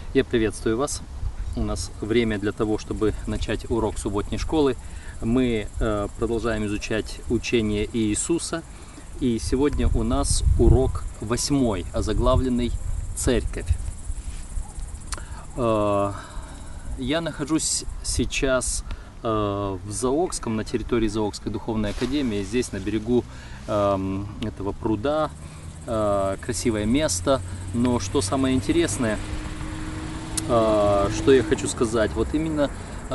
Я приветствую вас. У нас время для того, чтобы начать урок субботней школы. Мы продолжаем изучать учение Иисуса. И сегодня у нас урок 8, озаглавленный «Церковь». Я нахожусь сейчас в Заокском, на территории Заокской духовной академии. Здесь на берегу этого пруда. Красивое место. Но что самое интересное, что я хочу сказать, вот именно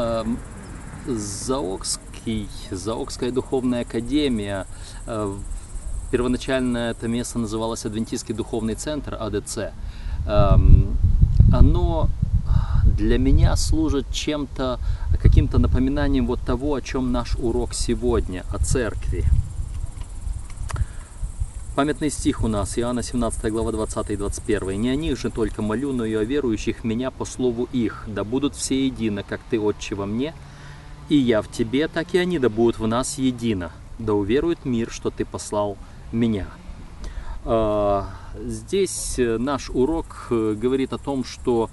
Заокская духовная академия, первоначально это место называлось Адвентистский духовный центр, АДЦ, оно для меня служит чем-то, каким-то напоминанием вот того, о чем наш урок сегодня, о церкви. Памятный стих у нас, Иоанна 17 глава 20 и 21. «Не о них же только молю, но и о верующих меня по слову их. Да будут все едино, как Ты, Отче, во мне, и я в Тебе, так и они да будут в нас едино. Да уверует мир, что Ты послал меня». Здесь наш урок говорит о том, что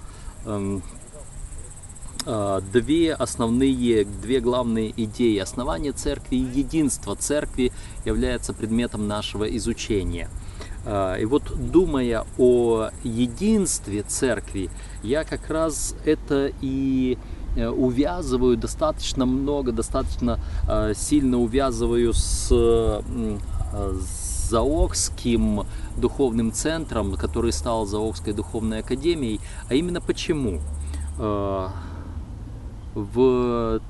две главные идеи основания церкви и единство церкви является предметом нашего изучения. И вот, думая о единстве церкви, я как раз это и увязываю достаточно сильно увязываю с Заокским духовным центром, который стал Заокской духовной академией. А именно почему? В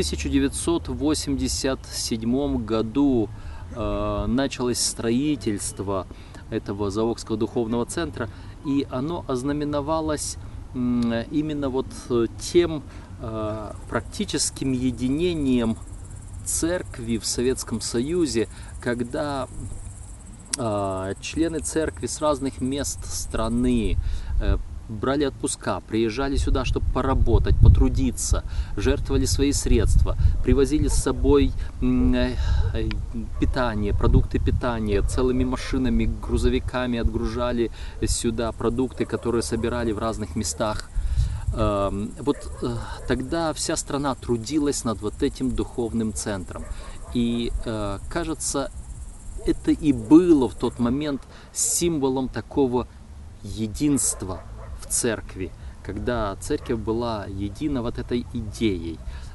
1987 году началось строительство этого Заокского духовного центра, и оно ознаменовалось именно вот тем практическим единением церкви в Советском Союзе, когда члены церкви с разных мест страны брали отпуска, приезжали сюда, чтобы поработать, потрудиться, жертвовали свои средства, привозили с собой питание, продукты питания, целыми машинами, грузовиками отгружали сюда продукты, которые собирали в разных местах. Вот тогда вся страна трудилась над вот этим духовным центром. И, кажется, это и было в тот момент символом такого единства в церкви, когда церковь была едина вот этой идеей.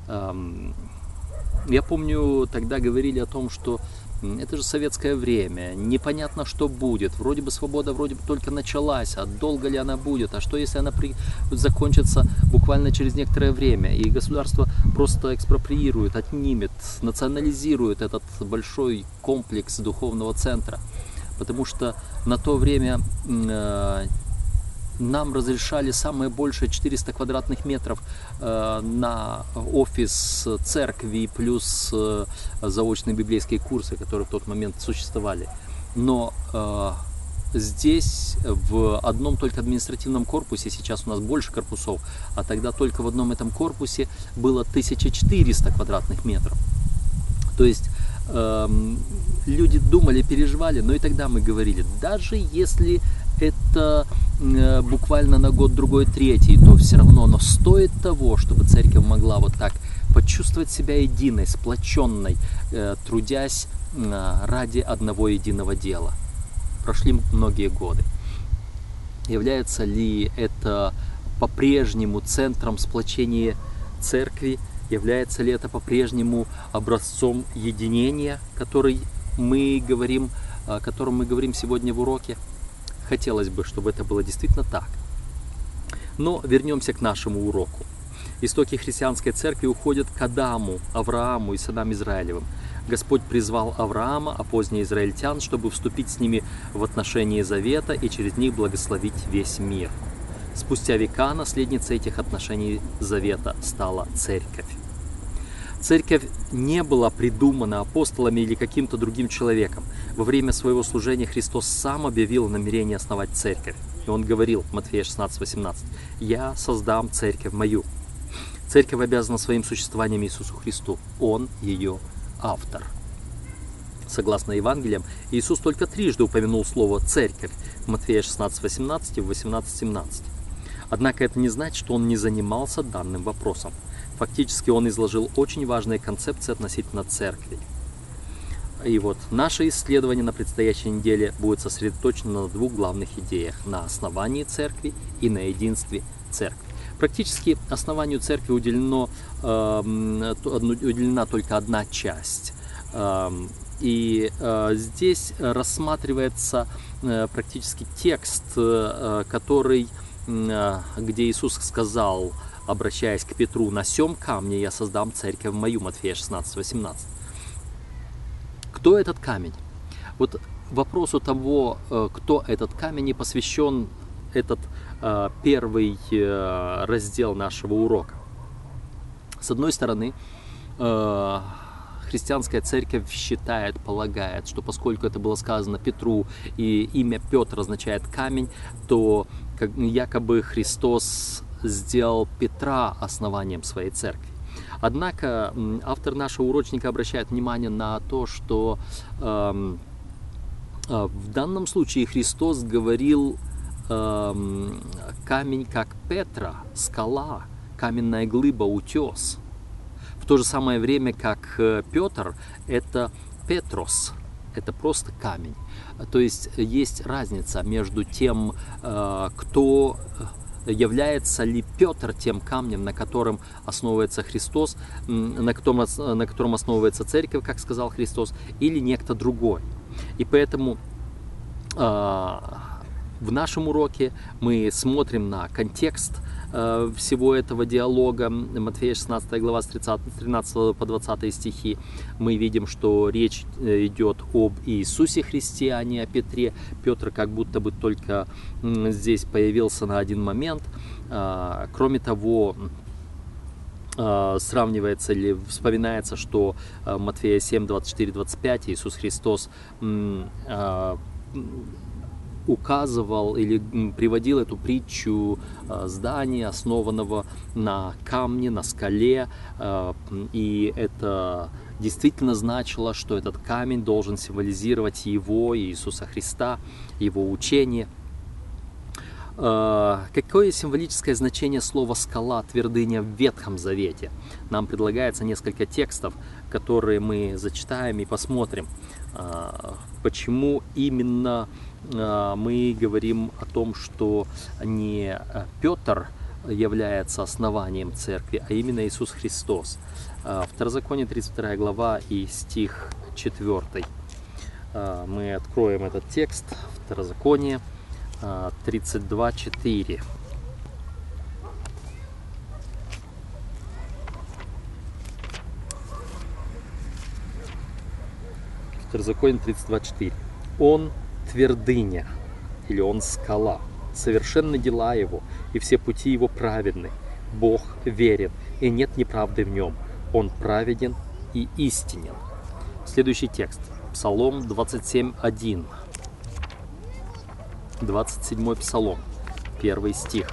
Я помню, тогда говорили о том, что это же советское время, непонятно, что будет, вроде бы свобода вроде бы только началась, а долго ли она будет, а что если она закончится буквально через некоторое время, и государство просто экспроприирует, отнимет, национализирует этот большой комплекс духовного центра, потому что на то время нам разрешали самое большее 400 квадратных метров на офис церкви плюс заочные библейские курсы, которые в тот момент существовали. Но здесь в одном только административном корпусе, сейчас у нас больше корпусов, а тогда только в одном этом корпусе было 1400 квадратных метров. То есть люди думали, переживали, но и тогда мы говорили, даже если это буквально на год, другой, третий, то все равно оно стоит того, чтобы церковь могла вот так почувствовать себя единой, сплоченной, трудясь ради одного единого дела. Прошли многие годы. Является ли это по-прежнему центром сплочения церкви? Является ли это по-прежнему образцом единения, о котором мы говорим сегодня в уроке? Хотелось бы, чтобы это было действительно так. Но вернемся к нашему уроку. Истоки христианской церкви уходят к Адаму, Аврааму и сынам Израилевым. Господь призвал Авраама, а позднее израильтян, чтобы вступить с ними в отношения завета и через них благословить весь мир. Спустя века наследницей этих отношений завета стала церковь. Церковь не была придумана апостолами или каким-то другим человеком. Во время своего служения Христос сам объявил намерение основать церковь. И Он говорил, Матфея 16:18, «Я создам церковь мою». Церковь обязана своим существованием Иисусу Христу. Он ее автор. Согласно Евангелиям, Иисус только трижды упомянул слово «церковь» в Матфея 16:18 и в 18:17. Однако это не значит, что он не занимался данным вопросом. Фактически он изложил очень важные концепции относительно церкви. И вот наше исследование на предстоящей неделе будет сосредоточено на двух главных идеях: на основании церкви и на единстве церкви. Практически основанию церкви уделена только одна часть. И здесь рассматривается практически текст, который, где Иисус сказал, обращаясь к Петру: «На сем камне я создам церковь мою», Матфея 16:18. Кто этот камень? Вот вопросу того, кто этот камень, и посвящен этот первый раздел нашего урока. С одной стороны, христианская церковь считает, полагает, что поскольку это было сказано Петру и имя Петр означает камень, то якобы Христос сделал Петра основанием своей церкви. Однако автор нашего урочника обращает внимание на то, что в данном случае Христос говорил камень как Петра, скала, каменная глыба, утес. В то же самое время, как Петр, это Петрос, это просто камень. То есть есть разница между тем, кто является ли Петр тем камнем, на котором основывается Христос, на котором основывается церковь, как сказал Христос, или некто другой. И поэтому в нашем уроке мы смотрим на контекст всего этого диалога. Матфея 16 глава с 13 по 20 стихи. Мы видим, что речь идет об Иисусе Христе, а не о Петре. Петр как будто бы только здесь появился на один момент. Кроме того, сравнивается или вспоминается, что Матфея 7, 24, 25 Иисус Христос указывал или приводил эту притчу здания, основанного на камне, на скале, и это действительно значило, что этот камень должен символизировать Его, Иисуса Христа, Его учение. Какое символическое значение слова «скала», «твердыня» в Ветхом Завете? Нам предлагается несколько текстов, которые мы зачитаем и посмотрим, почему именно мы говорим о том, что не Петр является основанием церкви, а именно Иисус Христос. Второзаконие 32 глава и стих 4. Мы откроем этот текст. Второзаконие 32:4. Второзаконие 32:4. Он твердыня, или он скала, совершенны дела его, и все пути его праведны. Бог верен, и нет неправды в нем. Он праведен и истинен. Следующий текст. Псалом 27:1. 27-й Псалом, 1 стих.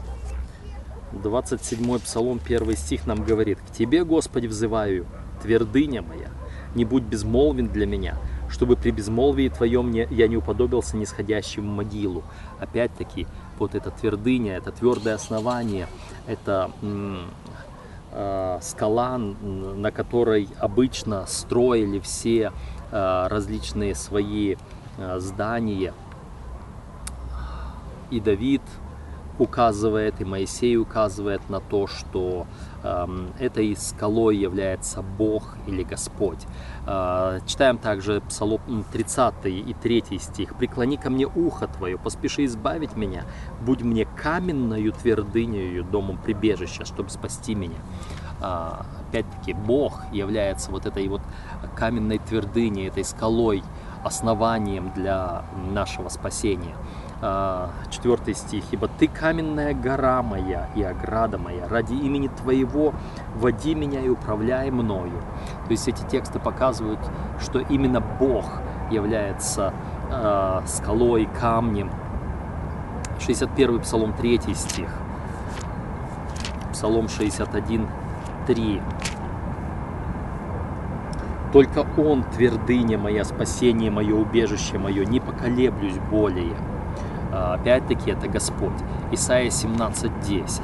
27-й Псалом, 1 стих нам говорит: «К Тебе, Господи, взываю, твердыня моя, не будь безмолвен для меня, чтобы при безмолвии Твоем я не уподобился нисходящим в могилу». Опять-таки, вот эта твердыня, это твердое основание, это скала, на которой обычно строили все различные свои здания. И Давид указывает, и Моисей указывает на то, что этой скалой является Бог или Господь. Читаем также Псалом 30 и 3 стих. «Преклони ко мне ухо Твое, поспеши избавить меня, будь мне каменною твердынею, домом прибежища, чтобы спасти меня». Опять-таки, Бог является вот этой вот каменной твердыней, этой скалой, основанием для нашего спасения. 4 стих. «Ибо Ты каменная гора моя и ограда моя, ради имени Твоего води меня и управляй мною». То есть эти тексты показывают, что именно Бог является скалой, камнем. 61 Псалом, 3 стих. Псалом 61:3. «Только Он твердыня моя, спасение мое, убежище мое, не поколеблюсь более». Опять-таки это Господь. Исайя 17:10.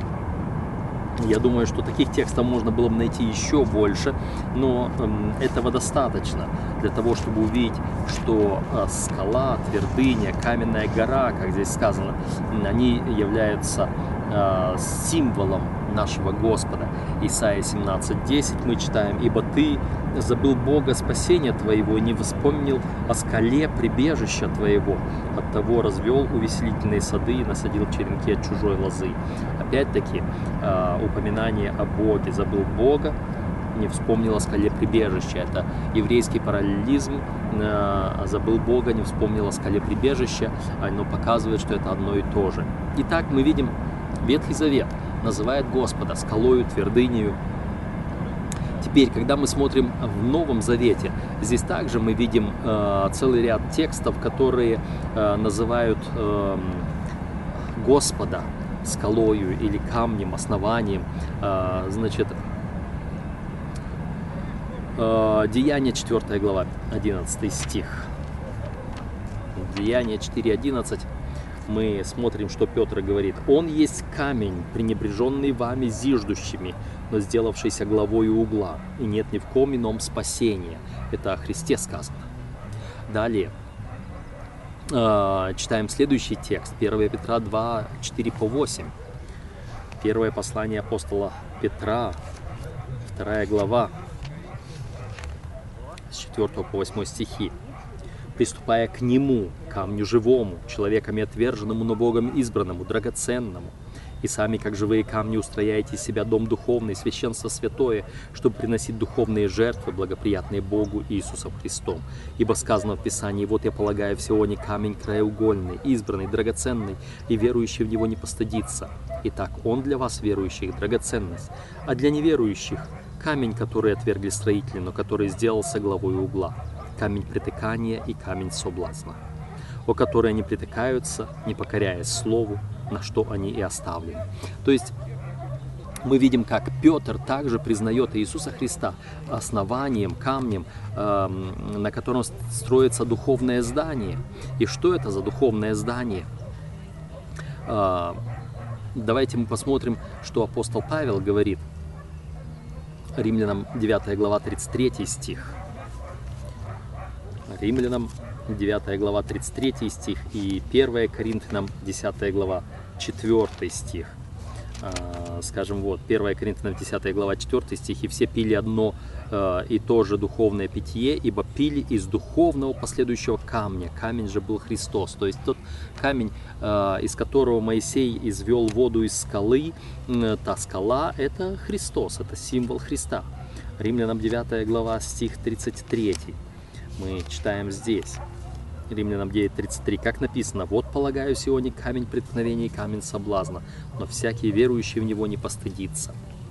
Я думаю, что таких текстов можно было бы найти еще больше, но этого достаточно для того, чтобы увидеть, что скала, твердыня, каменная гора, как здесь сказано, они являются символом нашего Господа. Исайя 17:10 мы читаем: «Ибо ты забыл Бога спасения твоего и не вспомнил о скале прибежища твоего, оттого развел увеселительные сады и насадил черенки от чужой лозы». Опять-таки упоминание о Боге. Забыл Бога, не вспомнил о скале прибежища. Это еврейский параллелизм. Забыл Бога, не вспомнил о скале прибежища. Оно показывает, что это одно и то же. Итак, мы видим, Ветхий Завет называет Господа скалою, твердынею. Теперь, когда мы смотрим в Новом Завете, здесь также мы видим целый ряд текстов, которые называют Господа скалою или камнем, основанием. Значит, Деяния 4 глава, 11 стих. Деяния 4:11. Мы смотрим, что Петр говорит: «Он есть камень, пренебреженный вами зиждущими, но сделавшийся главою угла, и нет ни в ком ином спасения». Это о Христе сказано. Далее читаем следующий текст. 1 Петра 2, 4-8. Первое послание апостола Петра, 2 глава, с 4 по 8 стихи. «Приступая к Нему, камню живому, человеками отверженному, но Богом избранному, драгоценному, и сами, как живые камни, устрояете из себя дом духовный, священство святое, чтобы приносить духовные жертвы, благоприятные Богу Иисусом Христом. Ибо сказано в Писании: вот я полагаю в Сионе камень краеугольный, избранный, драгоценный, и верующий в него не постыдится. Итак, он для вас, верующих, драгоценность, а для неверующих камень, который отвергли строители, но который сделался главой угла, камень притыкания и камень соблазна, о который они притыкаются, не покоряясь слову, на что они и оставлены». То есть мы видим, как Петр также признает Иисуса Христа основанием, камнем, на котором строится духовное здание. И что это за духовное здание? Давайте мы посмотрим, что апостол Павел говорит. Римлянам 9 глава 33 стих. Римлянам 9 глава 33 стих и 1 Коринфянам 10 глава 4 стих. Скажем, вот 1 Коринфянам 10 глава 4 стих: «И все пили одно и то же духовное питье, ибо пили из духовного последующего камня. Камень же был Христос». То есть тот камень, из которого Моисей извел воду из скалы, та скала — это Христос, это символ Христа. Римлянам 9 глава стих 33. Мы читаем здесь. Римлянам 9:33, как написано: «Вот полагаю в Сионе камень преткновения и камень соблазна, но всякий верующий в него не постыдится».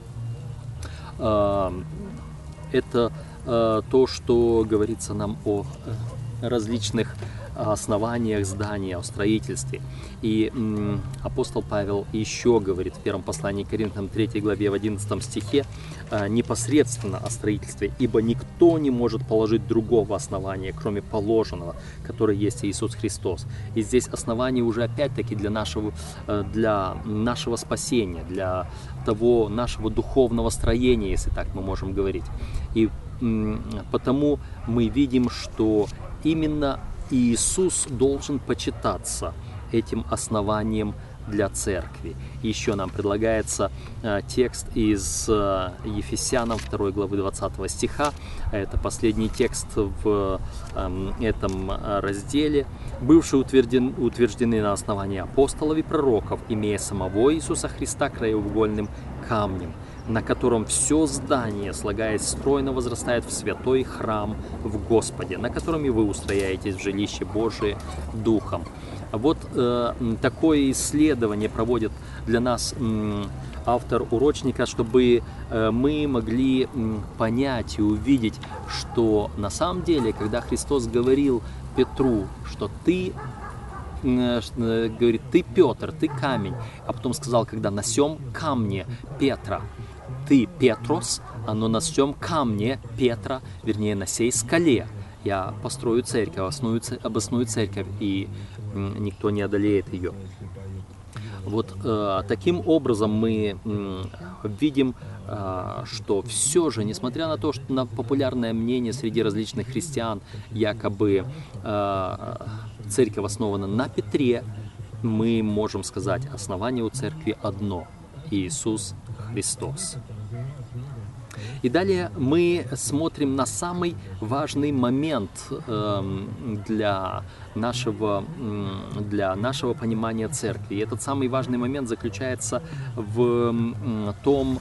Это то, что говорится нам о различных основаниях здания, о строительстве. И апостол Павел еще говорит в первом послании к Коринфянам 3 главе в 11 стихе непосредственно о строительстве: «Ибо никто не может положить другого основания, кроме положенного, которое есть Иисус Христос». И здесь основание уже опять-таки для нашего спасения, для того нашего духовного строения, если так мы можем говорить. И потому мы видим, что именно Иисус должен почитаться этим основанием для церкви. Еще нам предлагается текст из Ефесянам 2 главы 20 стиха. Это последний текст в этом разделе. «Бывшие утверждены на основании апостолов и пророков, имея самого Иисуса Христа краеугольным камнем, на котором все здание, слагаясь стройно, возрастает в святой храм в Господе, на котором и вы устрояетесь в жилище Божие Духом». Вот такое исследование проводит для нас автор урочника, чтобы мы могли понять и увидеть, что на самом деле, когда Христос говорил Петру, что ты, говорит, ты Петр, ты камень, а потом сказал, когда на сем камне Петра, ты Петрос, но на сем камне Петра, вернее на сей скале я построю церковь, обосную церковь, и никто не одолеет ее. Вот таким образом мы видим, что все же, несмотря на то, что на популярное мнение среди различных христиан, якобы церковь основана на Петре, мы можем сказать, основание у церкви одно – Иисус Христос. И далее мы смотрим на самый важный момент для нашего понимания церкви. И этот самый важный момент заключается в том,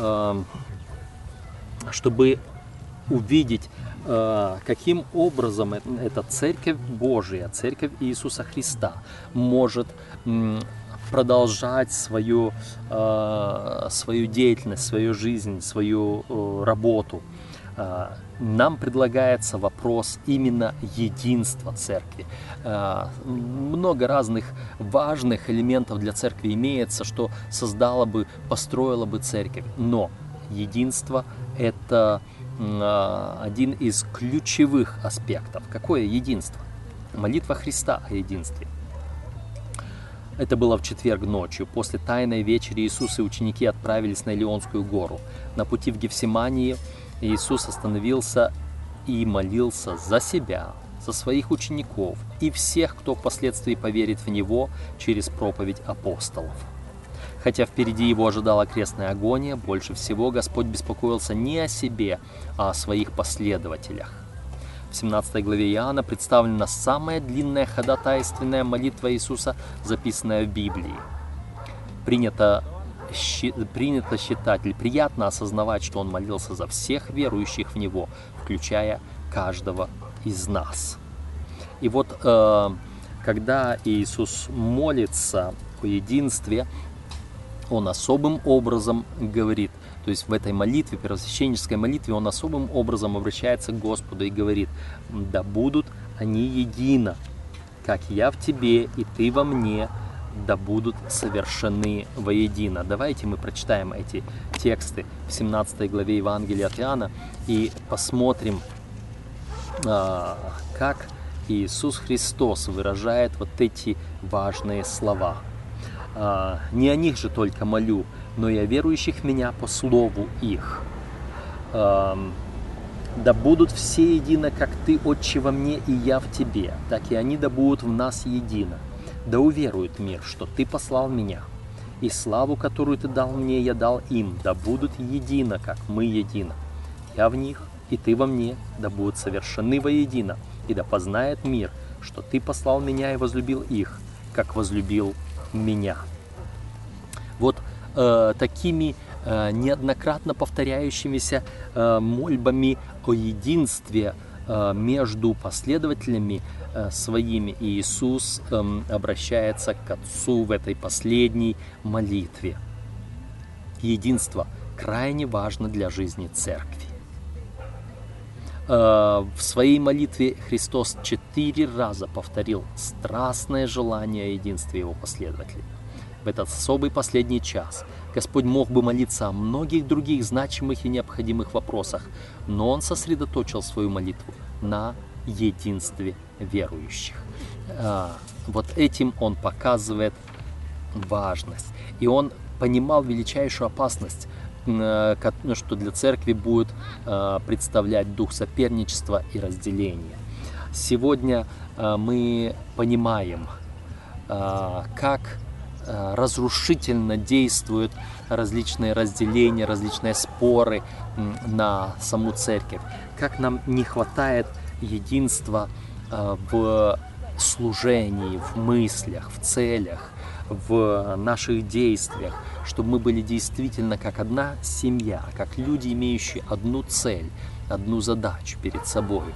чтобы увидеть, каким образом эта Церковь Божия, Церковь Иисуса Христа может продолжать свою деятельность, свою жизнь, свою работу. Нам предлагается вопрос именно единства церкви. Много разных важных элементов для церкви имеется, что создало бы, построило бы церковь. Но единство – это один из ключевых аспектов. Какое единство? Молитва Христа о единстве. Это было в четверг ночью. После Тайной вечери Иисус и ученики отправились на Илионскую гору. На пути в Гефсимании Иисус остановился и молился за себя, за своих учеников и всех, кто впоследствии поверит в Него через проповедь апостолов. Хотя впереди его ожидала крестная агония, больше всего Господь беспокоился не о себе, а о своих последователях. В 17 главе Иоанна представлена самая длинная ходатайственная молитва Иисуса, записанная в Библии. Принято считать или приятно осознавать, что Он молился за всех верующих в Него, включая каждого из нас. И вот когда Иисус молится о единстве, Он особым образом говорит, то есть в этой молитве, первосвященнической молитве, Он особым образом обращается к Господу и говорит: «Да будут они едино, как я в тебе и ты во мне, да будут совершены воедино». Давайте мы прочитаем эти тексты в 17 главе Евангелия от Иоанна и посмотрим, как Иисус Христос выражает вот эти важные слова. «Не о них же только молю, но и о верующих в Меня по слову их. Да будут все едино, как Ты, Отче, во мне, и я в Тебе, так и они да будут в нас едино. Да уверует мир, что Ты послал Меня, и славу, которую Ты дал мне, я дал им, да будут едино, как мы едино. Я в них, и Ты во мне, да будут совершены воедино, и да познает мир, что Ты послал Меня и возлюбил их, как возлюбил Меня». Вот такими неоднократно повторяющимися мольбами о единстве между последователями своими Иисус обращается к Отцу в этой последней молитве. Единство крайне важно для жизни Церкви. В своей молитве Христос 4 раза повторил страстное желание о единстве Его последователей. В этот особый последний час Господь мог бы молиться о многих других значимых и необходимых вопросах, но Он сосредоточил свою молитву на единстве верующих. Вот этим Он показывает важность. И Он понимал величайшую опасность, что для церкви будет представлять дух соперничества и разделения. Сегодня мы понимаем, как разрушительно действуют различные разделения, различные споры на саму церковь. Как нам не хватает единства в служении, в мыслях, в целях, в наших действиях, чтобы мы были действительно как одна семья, как люди, имеющие одну цель, одну задачу перед собой.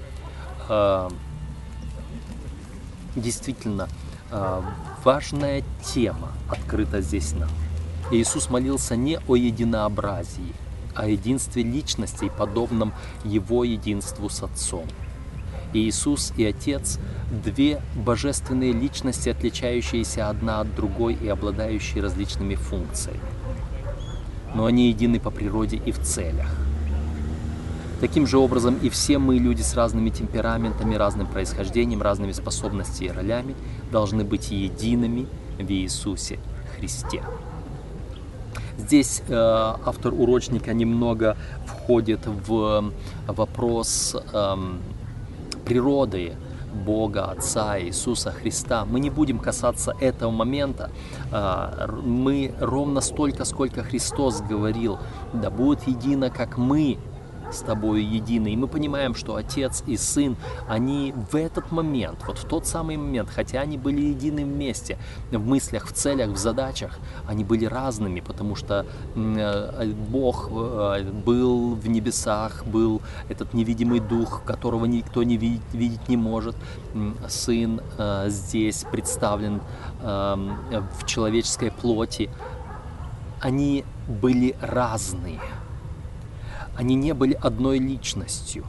Действительно, важная тема открыта здесь нам. Иисус молился не о единообразии, а о единстве личностей, подобном Его единству с Отцом. Иисус и Отец – две божественные личности, отличающиеся одна от другой и обладающие различными функциями. Но они едины по природе и в целях. Таким же образом и все мы, люди с разными темпераментами, разным происхождением, разными способностями и ролями, должны быть едиными в Иисусе Христе. Здесь автор урочника немного входит в вопрос природы Бога, Отца, Иисуса Христа. Мы не будем касаться этого момента. Мы ровно столько, сколько Христос говорил: да будет едино, как мы с тобою едины. И мы понимаем, что Отец и Сын, они в этот момент, вот в тот самый момент, хотя они были едины вместе, в мыслях, в целях, в задачах, они были разными, потому что Бог был в небесах, был этот невидимый Дух, которого никто не видеть не может. Сын здесь представлен в человеческой плоти. Они были разные. Они не были одной личностью.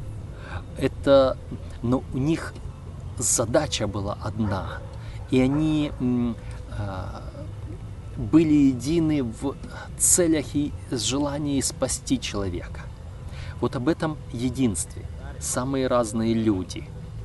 Но у них задача была одна. И они были едины в целях и желании спасти человека. Вот об этом единстве. Самые разные люди.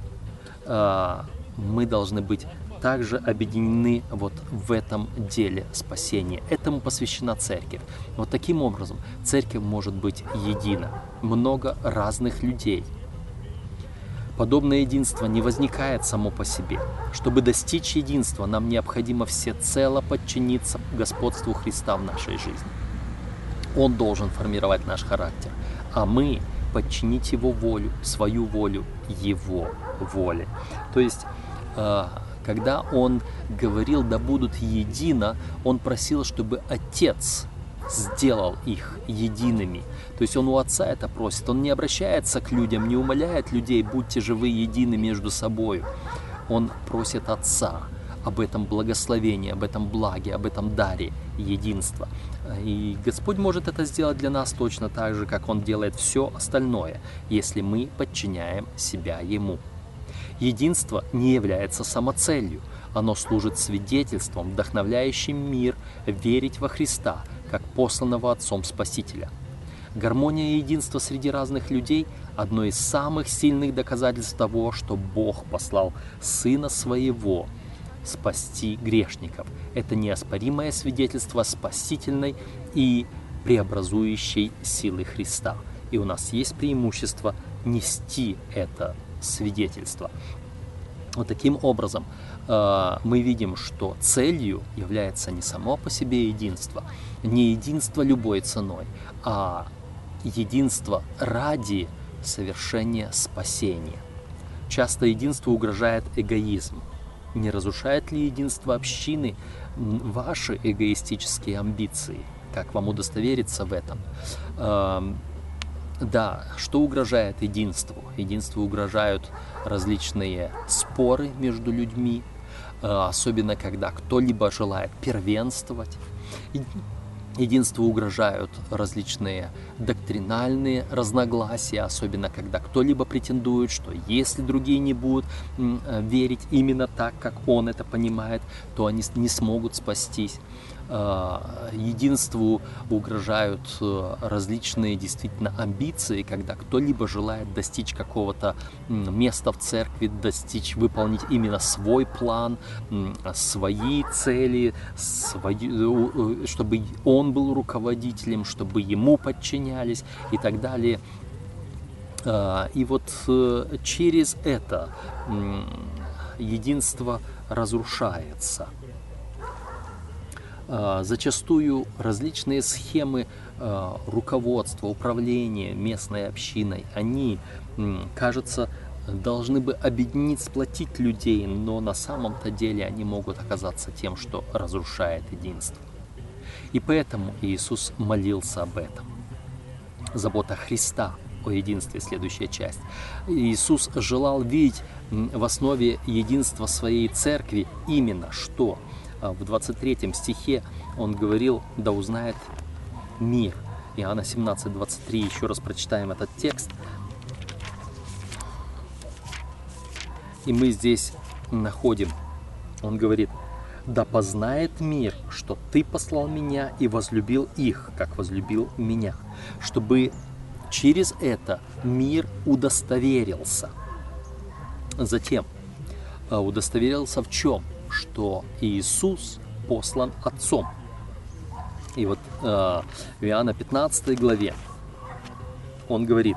Мы должны быть также объединены вот в этом деле спасения. Этому посвящена церковь. Вот таким образом церковь может быть едина. Много разных людей. Подобное единство не возникает само по себе. Чтобы достичь единства, нам необходимо всецело подчиниться господству Христа в нашей жизни. Он должен формировать наш характер, а мы подчинить Его волю, свою волю Его воле. То есть когда он говорил «да будут едино», он просил, чтобы Отец сделал их едиными. То есть он у Отца это просит. Он не обращается к людям, не умоляет людей: будьте же вы едины между собой. Он просит Отца об этом благословении, об этом благе, об этом даре единства. И Господь может это сделать для нас точно так же, как Он делает все остальное, если мы подчиняем себя Ему. Единство не является самоцелью. Оно служит свидетельством, вдохновляющим мир верить во Христа, как посланного Отцом Спасителя. Гармония и единство среди разных людей – одно из самых сильных доказательств того, что Бог послал Сына Своего спасти грешников. Это неоспоримое свидетельство спасительной и преобразующей силы Христа. И у нас есть преимущество нести это свидетельство. Вот таким образом мы видим, что целью является не само по себе единство, не единство любой ценой, а единство ради совершения спасения. Часто единству угрожает эгоизм. Не разрушает ли единство общины ваши эгоистические амбиции? Как вам удостовериться в этом? Да, что угрожает единству? Единству угрожают различные споры между людьми, особенно когда кто-либо желает первенствовать. Единству угрожают различные доктринальные разногласия, особенно когда кто-либо претендует, что если другие не будут верить именно так, как он это понимает, то они не смогут спастись. Единству угрожают различные действительно амбиции, когда кто-либо желает достичь какого-то места в церкви, выполнить именно свой план, свои цели, чтобы он был руководителем, чтобы ему подчинялись и так далее. И вот через это единство разрушается. Зачастую различные схемы руководства, управления местной общиной, они, кажется, должны бы объединить, сплотить людей, но на самом-то деле они могут оказаться тем, что разрушает единство. И поэтому Иисус молился об этом. Забота Христа о единстве, следующая часть. Иисус желал видеть в основе единства своей церкви именно что? В 23 стихе он говорил: «Да узнает мир». Иоанна 17:23, еще раз прочитаем этот текст. И мы здесь находим, он говорит: «Да познает мир, что Ты послал Меня и возлюбил их, как возлюбил Меня». Чтобы Через это мир удостоверился. Затем удостоверился в чем? Что Иисус послан Отцом. И вот в Иоанна 15 главе он говорит: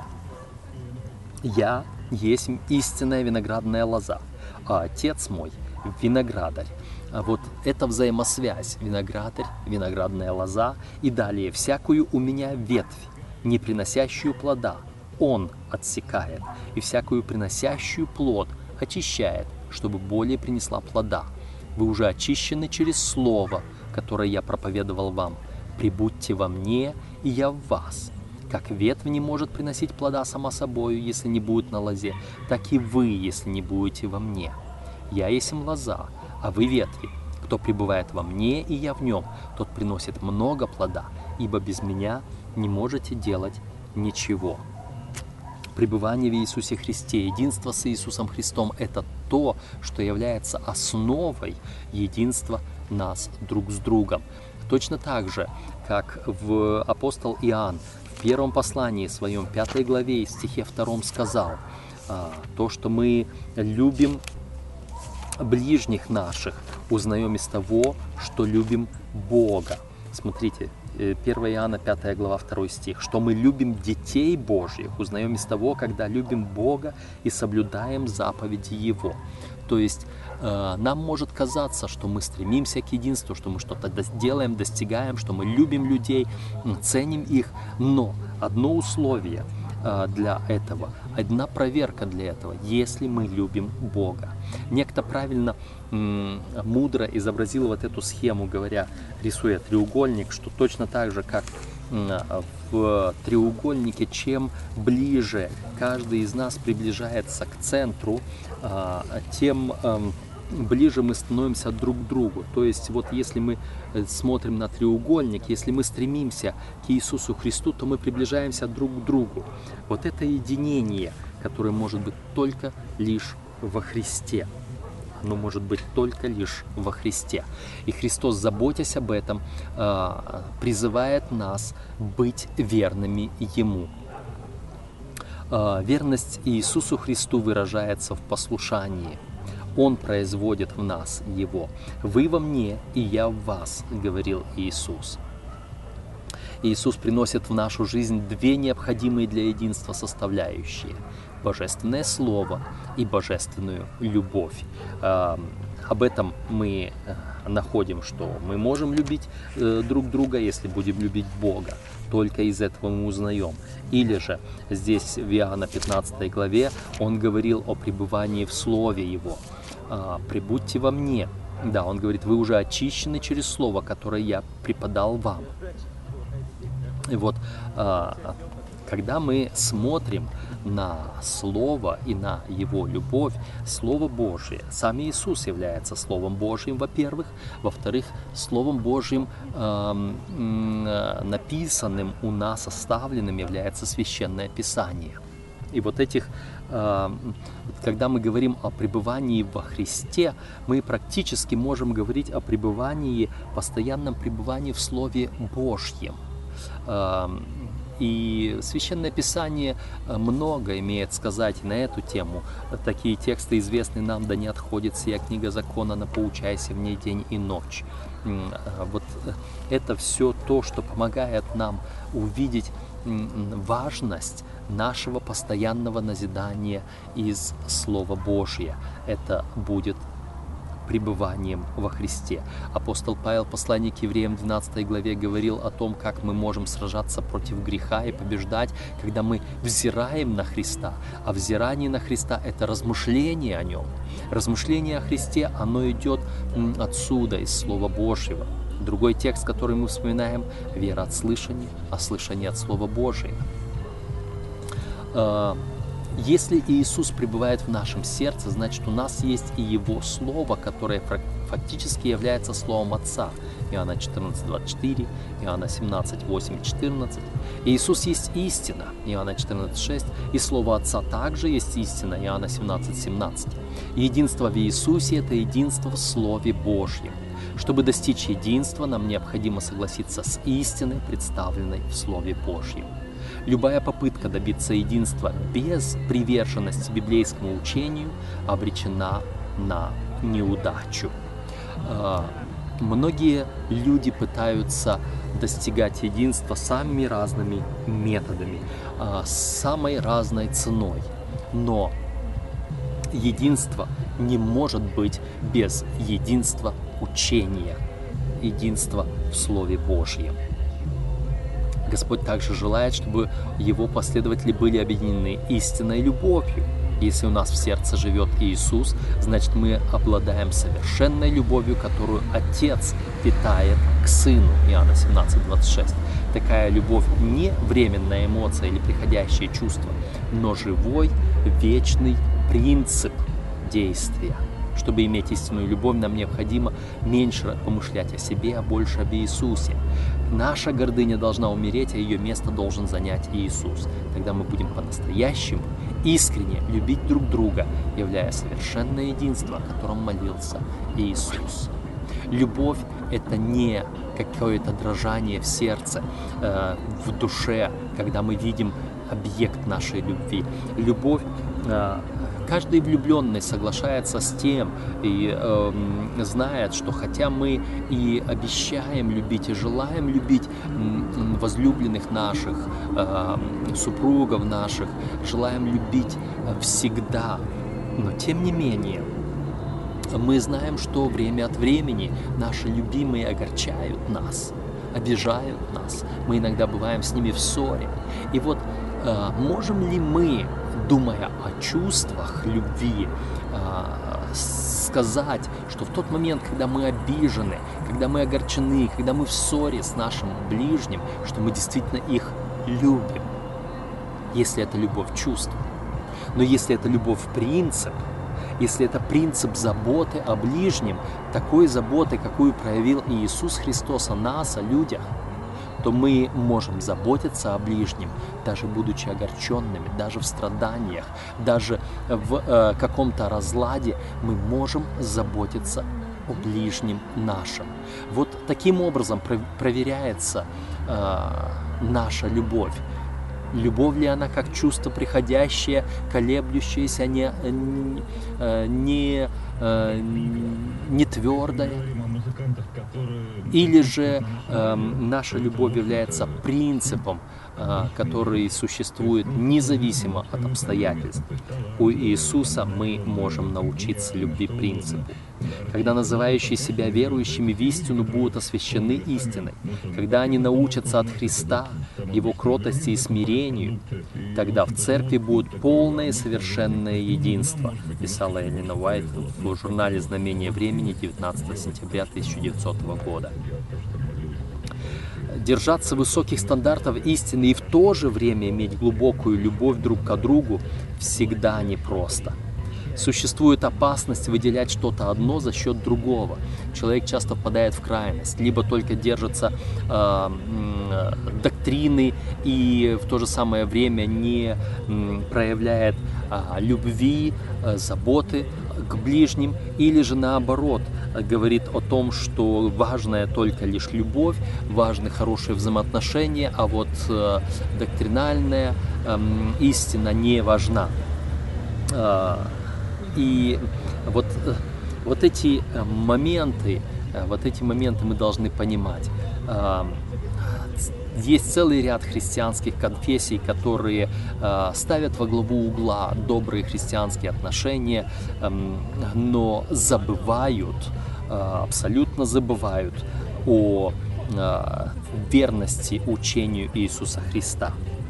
«Я есть истинная виноградная лоза, а Отец мой виноградарь». Вот это взаимосвязь: виноградарь, виноградная лоза. И далее: «Всякую у меня ветвь, не приносящую плода, Он отсекает, и всякую приносящую плод очищает, чтобы более принесла плода. Вы уже очищены через слово, которое я проповедовал вам. Прибудьте во мне, и я в вас. Как ветвь не может приносить плода сама собою, если не будет на лозе, так и вы, если не будете во мне. Я есть лоза, а вы ветви. Кто пребывает во мне, и я в нем, тот приносит много плода, ибо без меня не можете делать ничего». Пребывание в Иисусе Христе, единство с Иисусом Христом – это то, что является основой единства нас друг с другом. Точно так же, как апостол Иоанн в первом послании своем, 5 главе, стихе 2 сказал, то, что мы любим ближних наших, узнаем из того, что любим Бога. Смотрите, 1 Иоанна 5 глава 2 стих, что мы любим детей Божьих, узнаем из того, когда любим Бога и соблюдаем заповеди Его. То есть нам может казаться, что мы стремимся к единству, что мы что-то делаем, достигаем, что мы любим людей, ценим их, но одно условие для этого, одна проверка для этого, если мы любим Бога. Некто правильно, мудро изобразил вот эту схему, говоря, рисуя треугольник, что точно так же, как в треугольнике, чем ближе каждый из нас приближается к центру, тем ближе мы становимся друг к другу. То есть вот если мы смотрим на треугольник, если мы стремимся к Иисусу Христу, то мы приближаемся друг к другу. Вот это единение, которое может быть только лишь во Христе. Оно может быть только лишь во Христе. И Христос, заботясь об этом, призывает нас быть верными Ему. Верность Иисусу Христу выражается в послушании. Он производит в нас Его. «Вы во мне, и я в вас», — говорил Иисус. Иисус приносит в нашу жизнь две необходимые для единства составляющие – Божественное Слово и Божественную любовь. Об этом мы находим, что мы можем любить друг друга, если будем любить Бога. Только из этого мы узнаем. Или же здесь в Иоанна 15 главе он говорил о пребывании в Слове Его. «Прибудьте во мне». Да, он говорит, вы уже очищены через Слово, которое я преподал вам. И вот, когда мы смотрим на Слово и на Его любовь, Слово Божие, сам Иисус является Словом Божьим, во-первых. Во-вторых, Словом Божьим, написанным у нас, оставленным, является Священное Писание. И вот когда мы говорим о пребывании во Христе, мы практически можем говорить о пребывании, постоянном пребывании в Слове Божьем. И Священное Писание много имеет сказать на эту тему. Такие тексты известны нам: «Да не отходит сия книга закона, но поучайся в ней день и ночь». Вот это все то, что помогает нам увидеть важность нашего постоянного назидания из Слова Божия. Это будет пребыванием во Христе. Апостол Павел, послание к евреям, 12 главе, говорил о том, как мы можем сражаться против греха и побеждать, когда мы взираем на Христа. А взирание на Христа – это размышление о Нем. Размышление о Христе, оно идет отсюда, из Слова Божьего. Другой текст, который мы вспоминаем – вера от слышания, а слышание от Слова Божия. Если Иисус пребывает в нашем сердце, значит, у нас есть и Его Слово, которое фактически является Словом Отца. Иоанна 14:24, Иоанна 17:8-14. Иисус есть истина, Иоанна 14:6, и Слово Отца также есть истина, Иоанна 17:17. Единство в Иисусе – это единство в Слове Божьем. Чтобы достичь единства, нам необходимо согласиться с истиной, представленной в Слове Божьем. Любая попытка добиться единства без приверженности библейскому учению обречена на неудачу. Многие люди пытаются достигать единства самыми разными методами, самой разной ценой. Но единство не может быть без единства учения, единства в Слове Божьем. Господь также желает, чтобы Его последователи были объединены истинной любовью. Если у нас в сердце живет Иисус, значит мы обладаем совершенной любовью, которую Отец питает к Сыну. Иоанна 17:26. Такая любовь не временная эмоция или приходящее чувство, но живой, вечный принцип действия. Чтобы иметь истинную любовь, нам необходимо меньше помышлять о себе, а больше об Иисусе. Наша гордыня должна умереть, а ее место должен занять Иисус. Тогда мы будем по-настоящему искренне любить друг друга, являя совершенное единство, о котором молился Иисус. Любовь – это не какое-то дрожание в сердце, в душе, когда мы видим объект нашей любви. Любовь, каждый влюбленный соглашается с тем и знает, что хотя мы и обещаем любить, и желаем любить возлюбленных наших, супругов наших, желаем любить всегда, но тем не менее, мы знаем, что время от времени наши любимые огорчают нас, обижают нас. Мы иногда бываем с ними в ссоре. И вот можем ли мы, думая о чувствах любви, сказать, что в тот момент, когда мы обижены, когда мы огорчены, когда мы в ссоре с нашим ближним, что мы действительно их любим, если это любовь чувств. Но если это любовь принцип, если это принцип заботы о ближнем, такой заботы, какую проявил Иисус Христос о нас, о людях, то мы можем заботиться о ближнем, даже будучи огорченными, даже в страданиях, даже в каком-то разладе мы можем заботиться о ближнем нашем. Вот таким образом проверяется наша любовь. Любовь ли она как чувство приходящее, колеблющееся, не твердое? Или же наша любовь является принципом, который существует независимо от обстоятельств? У Иисуса мы можем научиться любви принципу. Когда называющие себя верующими в истину будут освящены истиной, когда они научатся от Христа, Его кротости и смирению, тогда в церкви будет полное и совершенное единство, писала Эллен Уайт в журнале «Знамение времени» 19 сентября 1900 года. Держаться высоких стандартов истины и в то же время иметь глубокую любовь друг к другу всегда непросто. Существует опасность выделять что-то одно за счет другого. Человек часто впадает в крайность, либо только держится доктрины и в то же самое время не проявляет любви, заботы к ближним, или же наоборот говорит о том, что важная только лишь любовь, важны хорошие взаимоотношения, а вот доктринальная истина не важна. И вот эти моменты мы должны понимать. Есть целый ряд христианских конфессий, которые ставят во главу угла добрые христианские отношения, но забывают, абсолютно забывают о верности учению Иисуса Христа.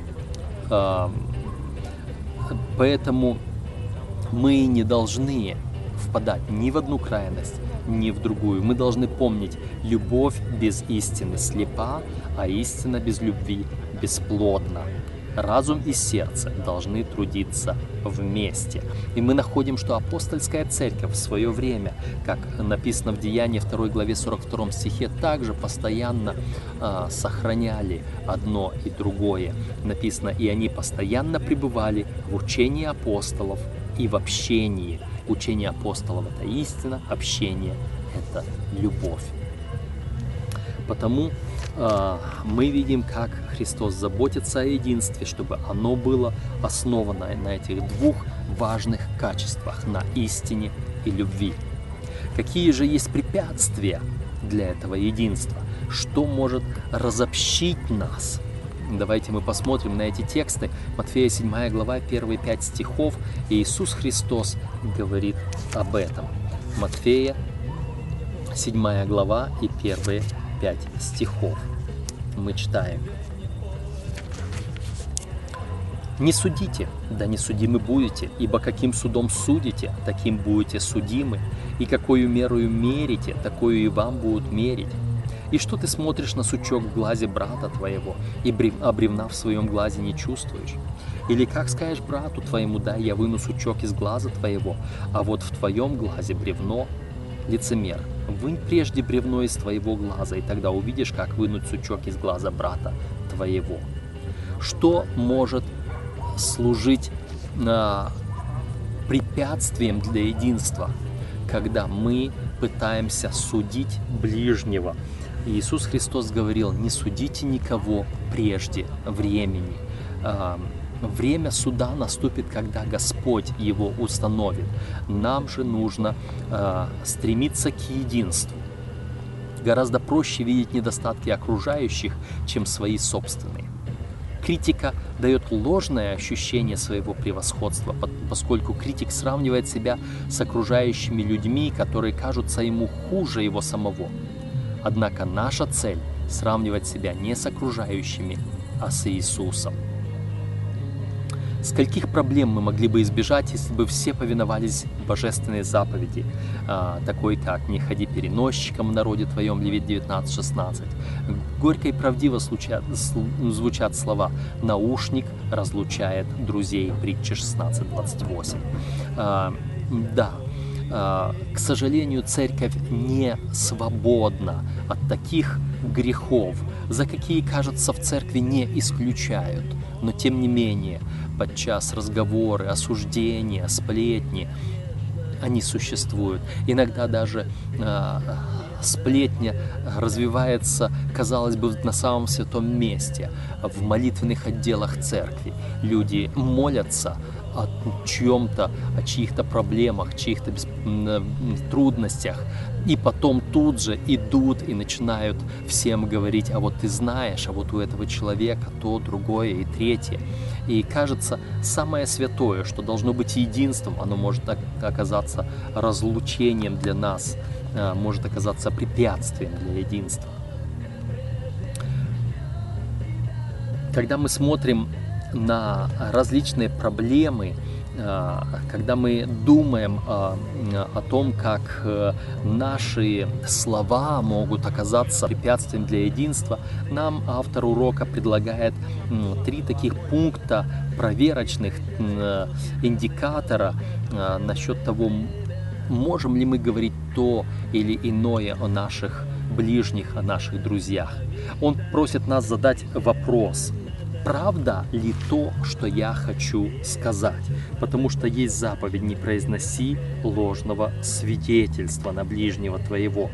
Поэтому мы не должны впадать ни в одну крайность, ни в другую. Мы должны помнить, любовь без истины слепа, а истина без любви бесплодна. Разум и сердце должны трудиться вместе. И мы находим, что апостольская церковь в свое время, как написано в Деянии 2 главе 42 стихе, также постоянно сохраняли одно и другое. Написано, и они постоянно пребывали в учении апостолов и в общении. Учение апостолов – это истина, общение – это любовь. Потому мы видим, как Христос заботится о единстве, чтобы оно было основано на этих двух важных качествах, на истине и любви. Какие же есть препятствия для этого единства? Что может разобщить нас? Давайте мы посмотрим на эти тексты. Матфея 7 глава, первые 5 стихов. И Иисус Христос говорит об этом. Матфея 7 глава и первые 5 стихов. Мы читаем. «Не судите, да не судимы будете, ибо каким судом судите, таким будете судимы, и какую мерою мерите, такую и вам будут мерить. И что ты смотришь на сучок в глазе брата твоего, и бревна в своем глазе не чувствуешь? Или как скажешь брату твоему, да, я выну сучок из глаза твоего, а вот в твоем глазе бревно? Лицемер, вынь прежде бревно из твоего глаза, и тогда увидишь, как вынуть сучок из глаза брата твоего». Что может служить препятствием для единства, когда мы пытаемся судить ближнего? Иисус Христос говорил: не судите никого прежде времени. Время суда наступит, когда Господь его установит. Нам же нужно стремиться к единству. Гораздо проще видеть недостатки окружающих, чем свои собственные. Критика дает ложное ощущение своего превосходства, поскольку критик сравнивает себя с окружающими людьми, которые кажутся ему хуже его самого. Однако наша цель – сравнивать себя не с окружающими, а с Иисусом. Скольких проблем мы могли бы избежать, если бы все повиновались божественной заповеди, такой как «Не ходи переносчиком в народе твоем» Левит 19:16. Горько и правдиво звучат слова «Наушник разлучает друзей» Притча 16:28. К сожалению, церковь не свободна от таких грехов, за какие, кажется, в церкви не исключают. Но тем не менее, подчас разговоры, осуждения, сплетни, они существуют. Иногда даже сплетня развивается, казалось бы, на самом святом месте, в молитвенных отделах церкви. Люди молятся о чем-то, о чьих-то проблемах, чьих-то трудностях, и потом тут же идут и начинают всем говорить: а вот ты знаешь, а вот у этого человека то, другое и третье. И кажется, самое святое, что должно быть единством, оно может оказаться разлучением для нас, может оказаться препятствием для единства. Когда мы смотрим на различные проблемы, когда мы думаем о том, как наши слова могут оказаться препятствием для единства, нам автор урока предлагает 3 таких пункта проверочных индикатора насчет того, можем ли мы говорить то или иное о наших ближних, о наших друзьях. Он просит нас задать вопрос: правда ли то, что я хочу сказать? Потому что есть заповедь: не произноси ложного свидетельства на ближнего твоего.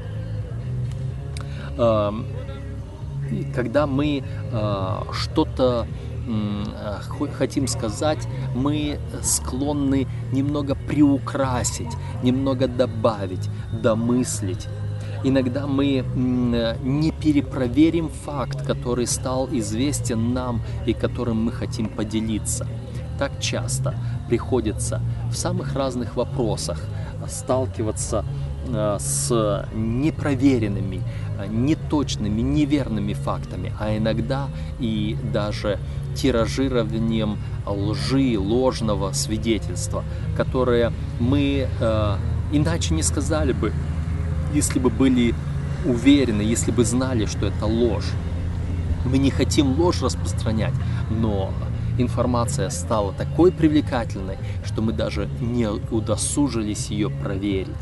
Когда мы что-то хотим сказать, мы склонны немного приукрасить, немного добавить, домыслить. Иногда мы не перепроверим факт, который стал известен нам и которым мы хотим поделиться. Так часто приходится в самых разных вопросах сталкиваться с непроверенными, неточными, неверными фактами, а иногда и даже тиражированием лжи, ложного свидетельства, которое мы иначе не сказали бы, если бы были уверены, если бы знали, что это ложь. Мы не хотим ложь распространять, но информация стала такой привлекательной, что мы даже не удосужились ее проверить.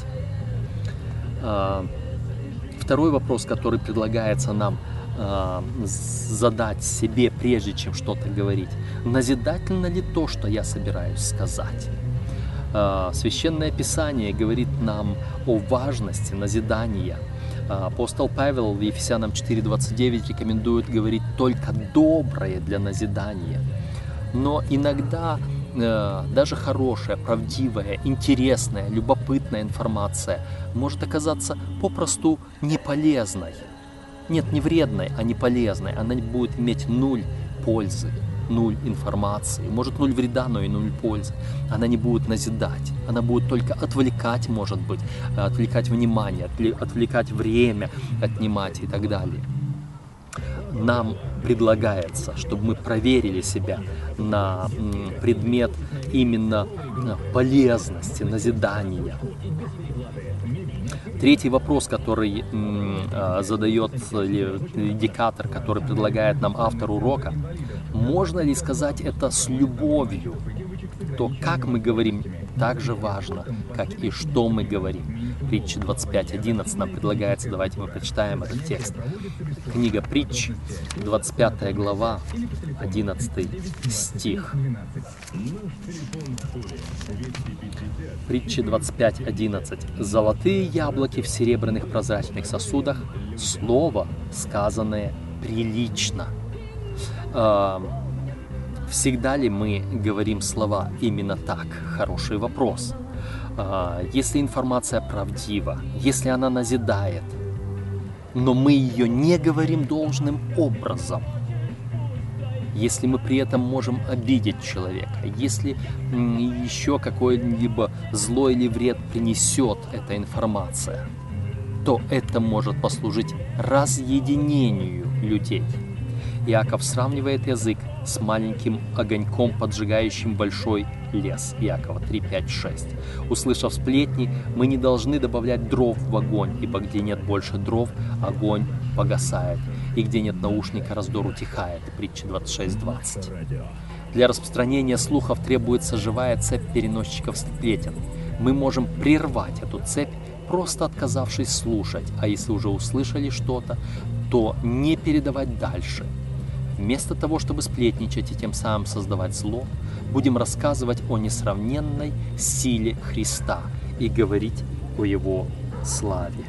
Второй вопрос, который предлагается нам задать себе, прежде чем что-то говорить: назидательно ли то, что я собираюсь сказать? Священное Писание говорит нам о важности назидания. Апостол Павел в Ефесянам 4:29 рекомендует говорить только доброе для назидания. Но иногда даже хорошая, правдивая, интересная, любопытная информация может оказаться попросту неполезной. Нет, не вредной, а не полезной. Она будет иметь нуль пользы, нуль информации. Может, нуль вреда, но и нуль пользы. Она не будет назидать. Она будет только отвлекать, может быть, отвлекать внимание, отвлекать время, отнимать и так далее. Нам предлагается, чтобы мы проверили себя на предмет именно полезности, назидания. Третий вопрос, который задает, или индикатор, который предлагает нам автор урока: можно ли сказать это с любовью? То, как мы говорим, так же важно, как и что мы говорим. Притча 25:11 нам предлагается, давайте мы прочитаем этот текст. Книга Притч, 25 глава, 11 стих. Притча 25:11. «Золотые яблоки в серебряных прозрачных сосудах, слово, сказанное прилично». Всегда ли мы говорим слова именно так? Хороший вопрос. Если информация правдива, если она назидает, но мы ее не говорим должным образом, если мы при этом можем обидеть человека, если еще какое-либо зло или вред принесет эта информация, то это может послужить разъединению людей. Иаков сравнивает язык с маленьким огоньком, поджигающим большой лес. Иакова 3:5-6. Услышав сплетни, мы не должны добавлять дров в огонь, ибо где нет больше дров, огонь погасает, и где нет наушника, раздор утихает. Притча 26:20. Для распространения слухов требуется живая цепь переносчиков сплетен. Мы можем прервать эту цепь, просто отказавшись слушать, а если уже услышали что-то, то не передавать дальше. Вместо того, чтобы сплетничать и тем самым создавать зло, будем рассказывать о несравненной силе Христа и говорить о Его славе.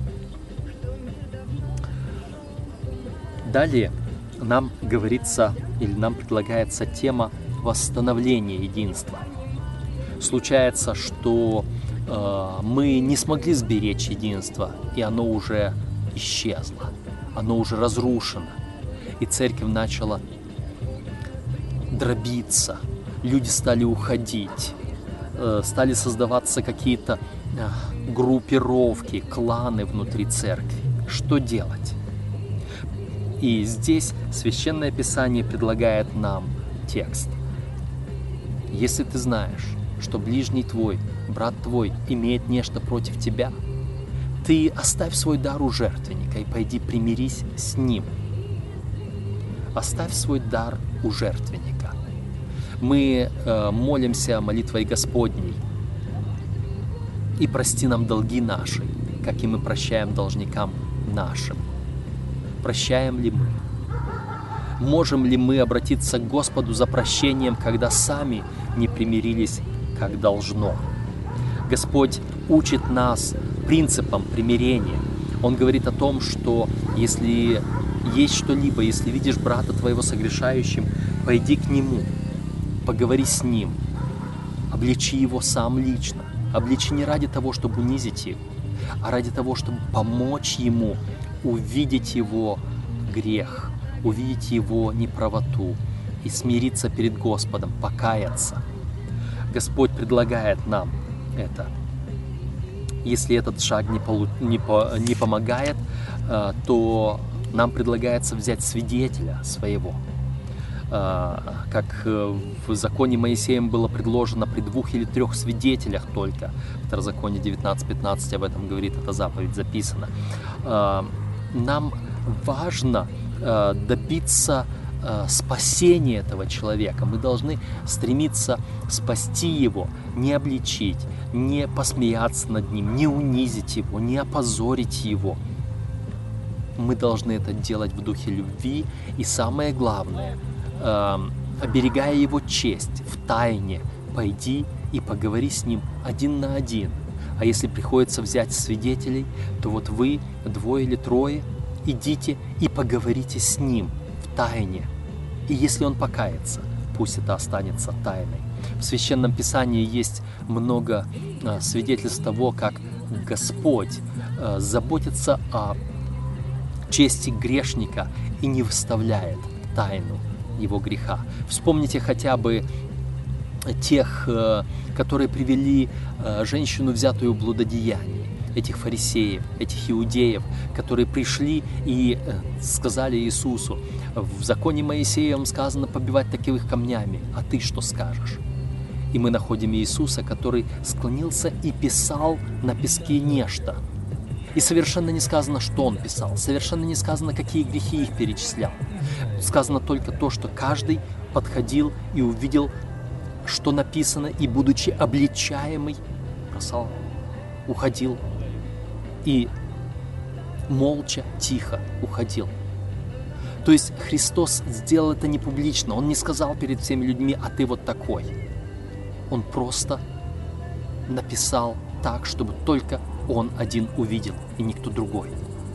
Далее нам говорится, или нам предлагается тема восстановления единства. Случается, что мы не смогли сберечь единство, и оно уже исчезло, оно уже разрушено. И церковь начала дробиться, люди стали уходить, стали создаваться какие-то группировки, кланы внутри церкви. Что делать? И здесь Священное Писание предлагает нам текст. Если ты знаешь, что ближний твой, брат твой, имеет нечто против тебя, ты оставь свой дар у жертвенника и пойди примирись с ним. Оставь свой дар у жертвенника. Мы молимся молитвой Господней: и прости нам долги наши, как и мы прощаем должникам нашим. Прощаем ли мы? Можем ли мы обратиться к Господу за прощением, когда сами не примирились, как должно? Господь учит нас принципам примирения. Он говорит о том, что если есть что-либо, если видишь брата твоего согрешающим, пойди к нему, поговори с ним, обличи его сам лично. Обличи не ради того, чтобы унизить его, а ради того, чтобы помочь ему увидеть его грех, увидеть его неправоту и смириться перед Господом, покаяться. Господь предлагает нам это. Если этот шаг не помогает, то нам предлагается взять свидетеля своего. Как в законе Моисеем было предложено при 2 или 3 свидетелях только. В Второзаконие 19:15 об этом говорит, эта заповедь записана. Нам важно добиться спасения этого человека. Мы должны стремиться спасти его, не обличить, не посмеяться над ним, не унизить его, не опозорить его. Мы должны это делать в духе любви и, самое главное, оберегая его честь в тайне, пойди и поговори с ним один на один. А если приходится взять свидетелей, то вот вы, 2 или 3, идите и поговорите с ним в тайне. И если он покается, пусть это останется тайной. В Священном Писании есть много свидетельств того, как Господь заботится о чести грешника и не выставляет тайну его греха. Вспомните хотя бы тех, которые привели женщину, взятую в блудодеянии, этих фарисеев, этих иудеев, которые пришли и сказали Иисусу: в законе Моисеевом сказано побивать таковых камнями, а ты что скажешь? И мы находим Иисуса, который склонился и писал на песке нечто. И совершенно не сказано, что он писал, совершенно не сказано, какие грехи их перечислял. Сказано только то, что каждый подходил и увидел, что написано, и, будучи обличаемый, бросал, уходил и молча, тихо уходил. То есть Христос сделал это не публично, Он не сказал перед всеми людьми: а ты вот такой. Он просто написал так, чтобы только Он один увидел и никто другой.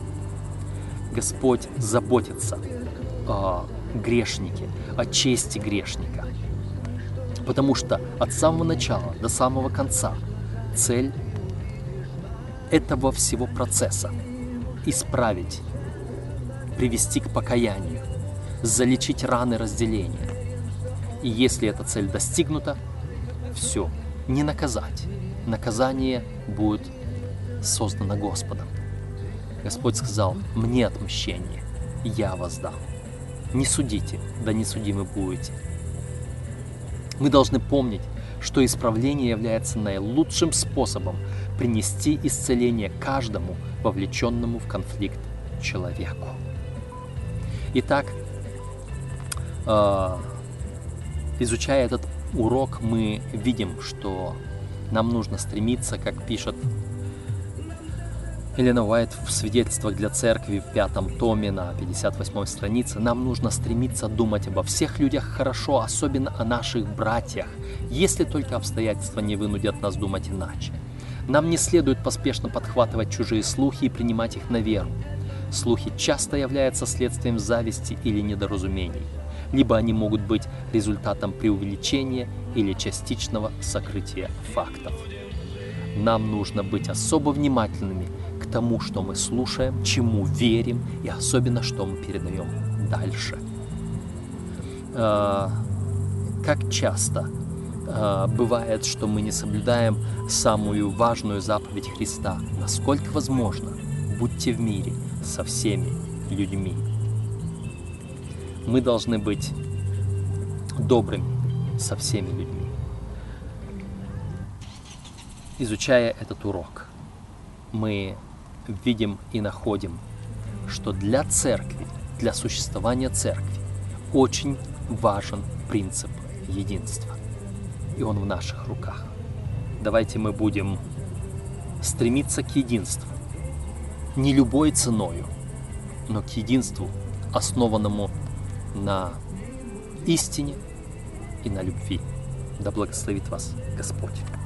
Господь заботится о грешнике, о чести грешника. Потому что от самого начала до самого конца цель этого всего процесса – исправить, привести к покаянию, залечить раны разделения. И если эта цель достигнута, все, не наказать. Наказание будет создано Господом. Господь сказал: мне отмщение, я воздам. Не судите, да не судимы будете. Мы должны помнить, что исправление является наилучшим способом принести исцеление каждому вовлеченному в конфликт человеку. Итак, изучая этот урок, мы видим, что нам нужно стремиться, как пишет Эллен Уайт в «Свидетельствах для церкви» в 5 томе на 58 странице, нам нужно стремиться думать обо всех людях хорошо, особенно о наших братьях, если только обстоятельства не вынудят нас думать иначе. Нам не следует поспешно подхватывать чужие слухи и принимать их на веру. Слухи часто являются следствием зависти или недоразумений, либо они могут быть результатом преувеличения или частичного сокрытия фактов. Нам нужно быть особо внимательными к тому, что мы слушаем, чему верим и особенно, что мы передаем дальше. Как часто бывает, что мы не соблюдаем самую важную заповедь Христа: насколько возможно, будьте в мире со всеми людьми. Мы должны быть добрыми со всеми людьми. Изучая этот урок, мы видим и находим, что для церкви, для существования церкви очень важен принцип единства. И он в наших руках. Давайте мы будем стремиться к единству. Не любой ценою, но к единству, основанному на истине и на любви. Да благословит вас Господь.